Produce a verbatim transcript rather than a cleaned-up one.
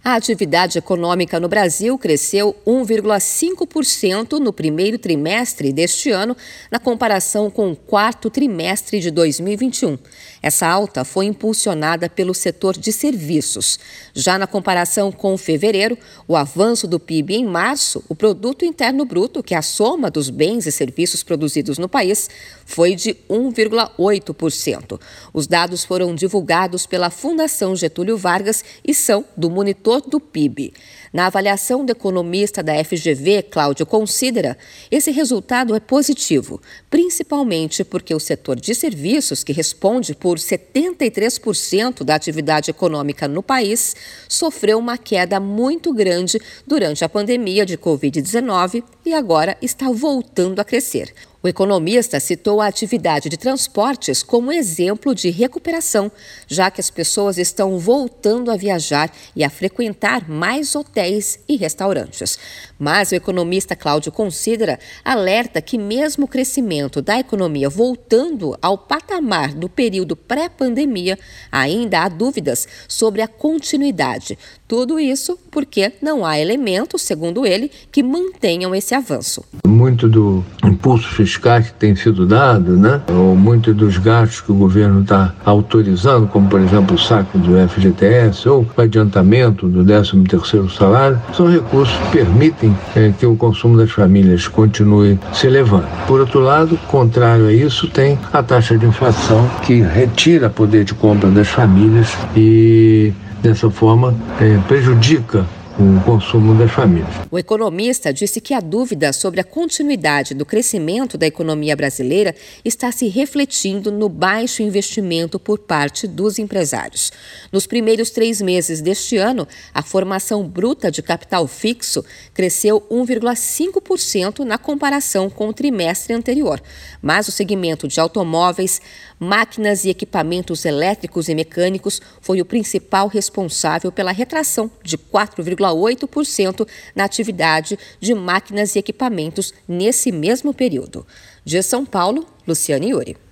A atividade econômica no Brasil cresceu um vírgula cinco por cento no primeiro trimestre deste ano, na comparação com o quarto trimestre de dois mil e vinte e um. Essa alta foi impulsionada pelo setor de serviços. Já na comparação com fevereiro, o avanço do P I B em março, o Produto Interno Bruto, que é a soma dos bens e serviços produzidos no país, foi de um vírgula oito por cento. Os dados foram divulgados pela Fundação Getúlio Vargas e são do Monitor do P I B. Na avaliação do economista da F G V, Cláudio Considera, esse resultado é positivo, principalmente porque o setor de serviços, que responde por setenta e três por cento da atividade econômica no país, sofreu uma queda muito grande durante a pandemia de covid dezenove e agora está voltando a crescer. O economista citou a atividade de transportes como exemplo de recuperação, já que as pessoas estão voltando a viajar e a frequentar mais hotéis e restaurantes. Mas o economista Cláudio Considera alerta que mesmo o crescimento da economia voltando ao patamar do período pré-pandemia, ainda há dúvidas sobre a continuidade. Tudo isso porque não há elementos, segundo ele, que mantenham esse avanço. Muito do impulso fiscal que tem sido dado, né? Ou muito dos gastos que o governo está autorizando, como por exemplo o saque do F G T S ou o adiantamento do décimo terceiro salário, são recursos que permitem é, que o consumo das famílias continue se elevando. Por outro lado, contrário a isso, tem a taxa de inflação que retira poder de compra das famílias e dessa forma é, prejudica o consumo das famílias. O economista disse que a dúvida sobre a continuidade do crescimento da economia brasileira está se refletindo no baixo investimento por parte dos empresários. Nos primeiros três meses deste ano, a formação bruta de capital fixo cresceu um vírgula cinco por cento na comparação com o trimestre anterior. Mas o segmento de automóveis, máquinas e equipamentos elétricos e mecânicos foi o principal responsável pela retração de quatro vírgula oito por cento na atividade de máquinas e equipamentos nesse mesmo período. De São Paulo, Luciane Iuri.